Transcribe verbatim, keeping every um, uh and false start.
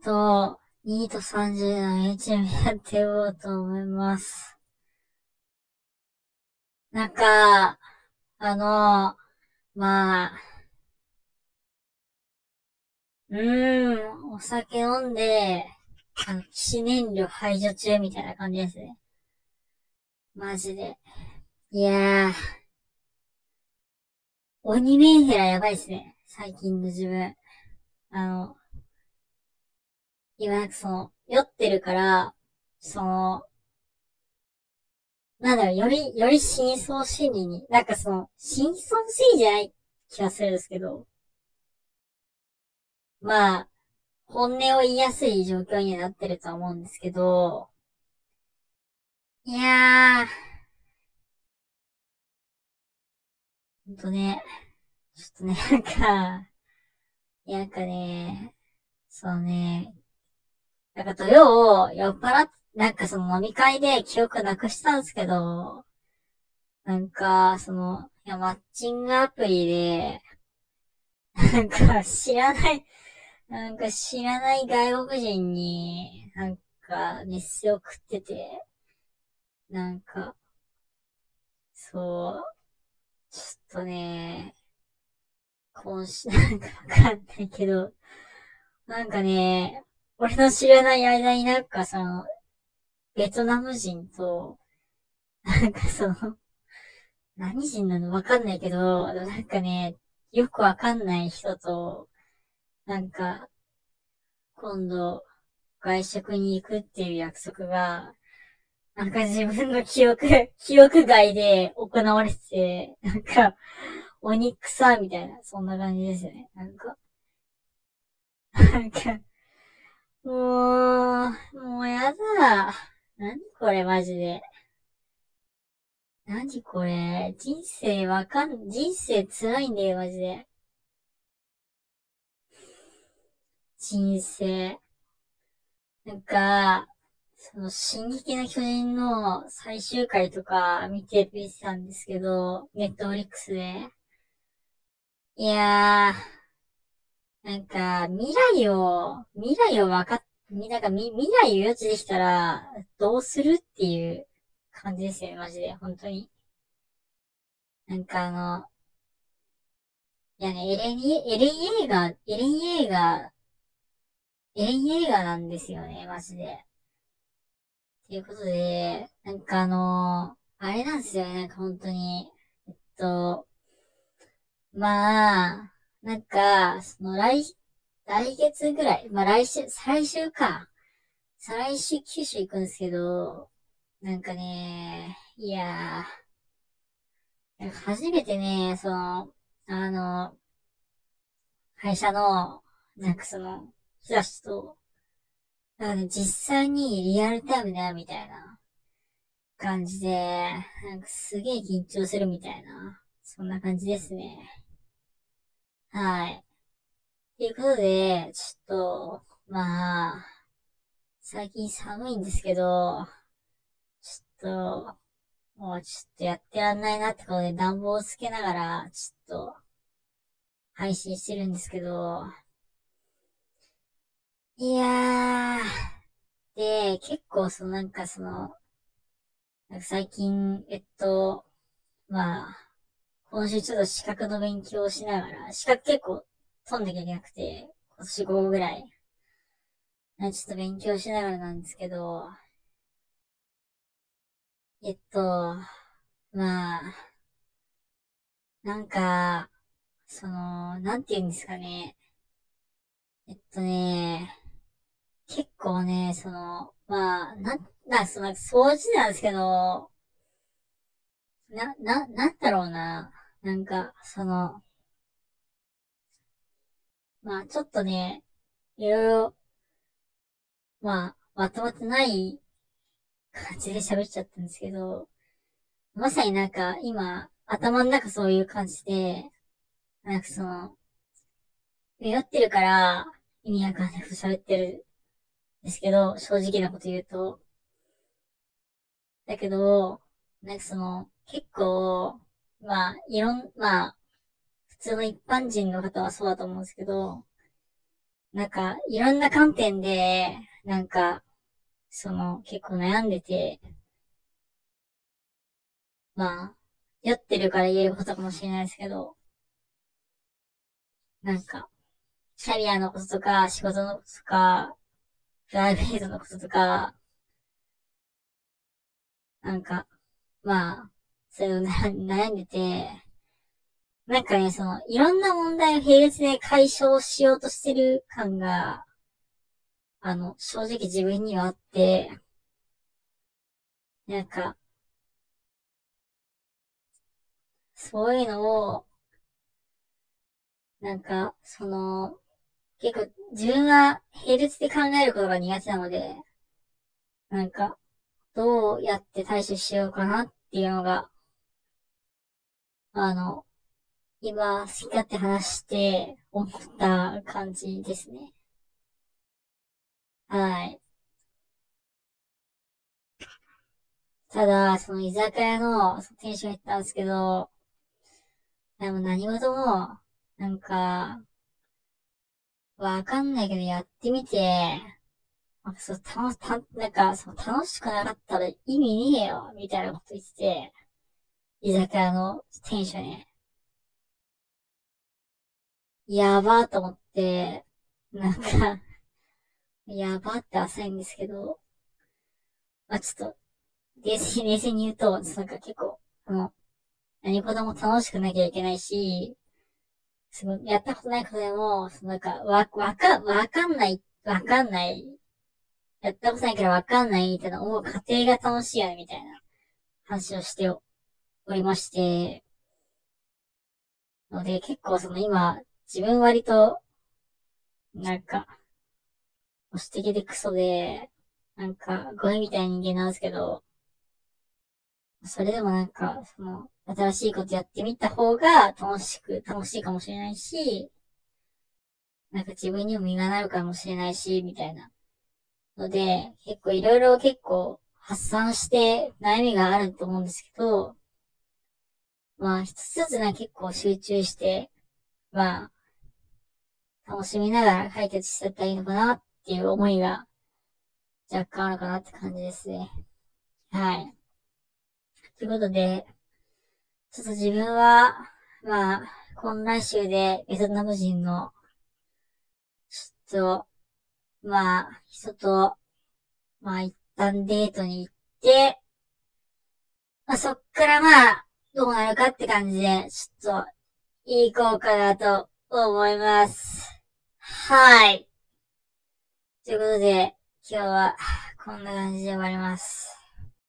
と、にとさんじゅうの YouTube やっていこうと思います。なんか、あの、まあ、うーん、お酒飲んで、あの、致死燃料排除中みたいな感じですね。マジで。いやー、鬼メンヘラやばいっすね。最近の自分。あの、今なんかその、酔ってるから、その、なんだろう、より、より深層心理に、なんかその、深層心理じゃない気がするんですけど、まあ、本音を言いやすい状況にはなってるとは思うんですけど、いやー、ほんとね、ちょっとね、なんか、いやなんかね、そうね、なんか土曜酔っ払っ、なんかその飲み会で記憶なくしたんですけど、なんか、その、いや、マッチングアプリで、なんか知らない、なんか知らない外国人に、なんかメッセ送ってて、なんか、そう、ちょっとね、今週、なんかわかんないけど、なんかね、俺の知らない間になんかその、ベトナム人と、なんかその、何人なのわかんないけど、なんかね、よくわかんない人と、なんか、今度、外食に行くっていう約束が、なんか自分の記憶、記憶外で行われてて、なんか、鬼草みたいな、そんな感じですよね。なんか、なんか、もう、もうやだ。何これマジで。何これ。人生わかん、人生辛いんだよ、マジで。人生。なんか、その、進撃の巨人の最終回とか見てみてたんですけど、ネットフリックスで。いやー、なんか、未来を、未来をわかっ、み、なんかみ、未来を予知できたら、どうするっていう感じですよね、マジで。本当に。なんかあの、いやね、エレン、エレン映画、エレン映画、エレン映画なんですよね、マジで。ということで、なんかあのーあれなんですよね、なんか本当に。えっと、まあ、なんか、その来、来月ぐらい、まあ来週、再来週か。再来週九州行くんですけど、なんかね、いやー、なんか初めてね、その、あの、会社の、なんかその、人たちと、なんかね、実際にリアルタイムだみたいな感じで、なんかすげえ緊張するみたいな、そんな感じですね。はい。ということで、ちょっと、まあ、最近寒いんですけど、ちょっと、もうちょっとやってらんないなってことで暖房をつけながら、ちょっと配信してるんですけど、いやー、で、結構そのなんかその、なんか最近、えっと、まあ、今週ちょっと資格の勉強をしながら、資格結構取んなきゃいけなくて、今年ごぐらい、ちょっと勉強しながらなんですけど、えっと、まあ、なんか、その、なんて言うんですかね。えっとね、結構ね、その、まあ、なん、な、その、掃除なんですけど、な、な、なんだろうな。なんか、その、まあ、ちょっとね、いろいろ、まあ、まとまってない感じで喋っちゃったんですけど、まさになんか、今、頭の中そういう感じで、なんかその、酔ってるから、意味わかんないこと喋ってるんですけど、正直なこと言うと。だけど、なんかその、結構、まあ、いろん、まあ、普通の一般人の方はそうだと思うんですけど、 なんか、いろんな観点で、なんか、その、結構悩んでて、まあ、酔ってるから言えることかもしれないですけど、なんか、キャリアのこととか、仕事のこととか、プライベートのこととか、なんか、まあ、そういうの悩んでて、なんかね、その、いろんな問題を並列で解消しようとしてる感が、あの、正直自分にはあって、なんか、そういうのを、なんか、その、結構自分は並列で考えることが苦手なので、なんか、どうやって対処しようかなっていうのが、あの、今、好き勝手話して思った感じですね。はい。ただ、その居酒屋のその店主が言ったんですけど、でも何事も、なんか、わかんないけどやってみて、なんかそう、たの、た、なんか、そう、楽しくなかったら意味ねえよ、みたいなこと言ってて、居酒屋の店主ね、やばーと思って、なんか、やばーって浅いんですけど、まあちょっと、冷静に冷静に言うと、なんか結構、あの、何事も楽しくなきゃいけないし、その、やったことないことでも、そのなんか、わ、わか、わかんない、わかんない、やったことないからわかんないみたいな思う過程が楽しいよね、みたいな話をしておりまして、ので結構その今、自分割と、なんか、保守的でクソで、なんか、ゴミみたいな人間なんですけど、それでもなんか、その、新しいことやってみた方が楽しく、楽しいかもしれないし、なんか自分にも身がなるかもしれないし、みたいな。ので、結構いろいろ結構発散して悩みがあると思うんですけど、まあ一つずつね結構集中して、まあ楽しみながら解決してったらいいのかなっていう思いが若干あるかなって感じですね。はい。ということで、ちょっと自分は、まあ、今来週でベトナム人の、ちょっと、まあ、人と、まあ一旦デートに行って、まあそっからまあ、どうなるかって感じで、ちょっと、行こうかなと思います。はい。ということで、今日はこんな感じで終わります。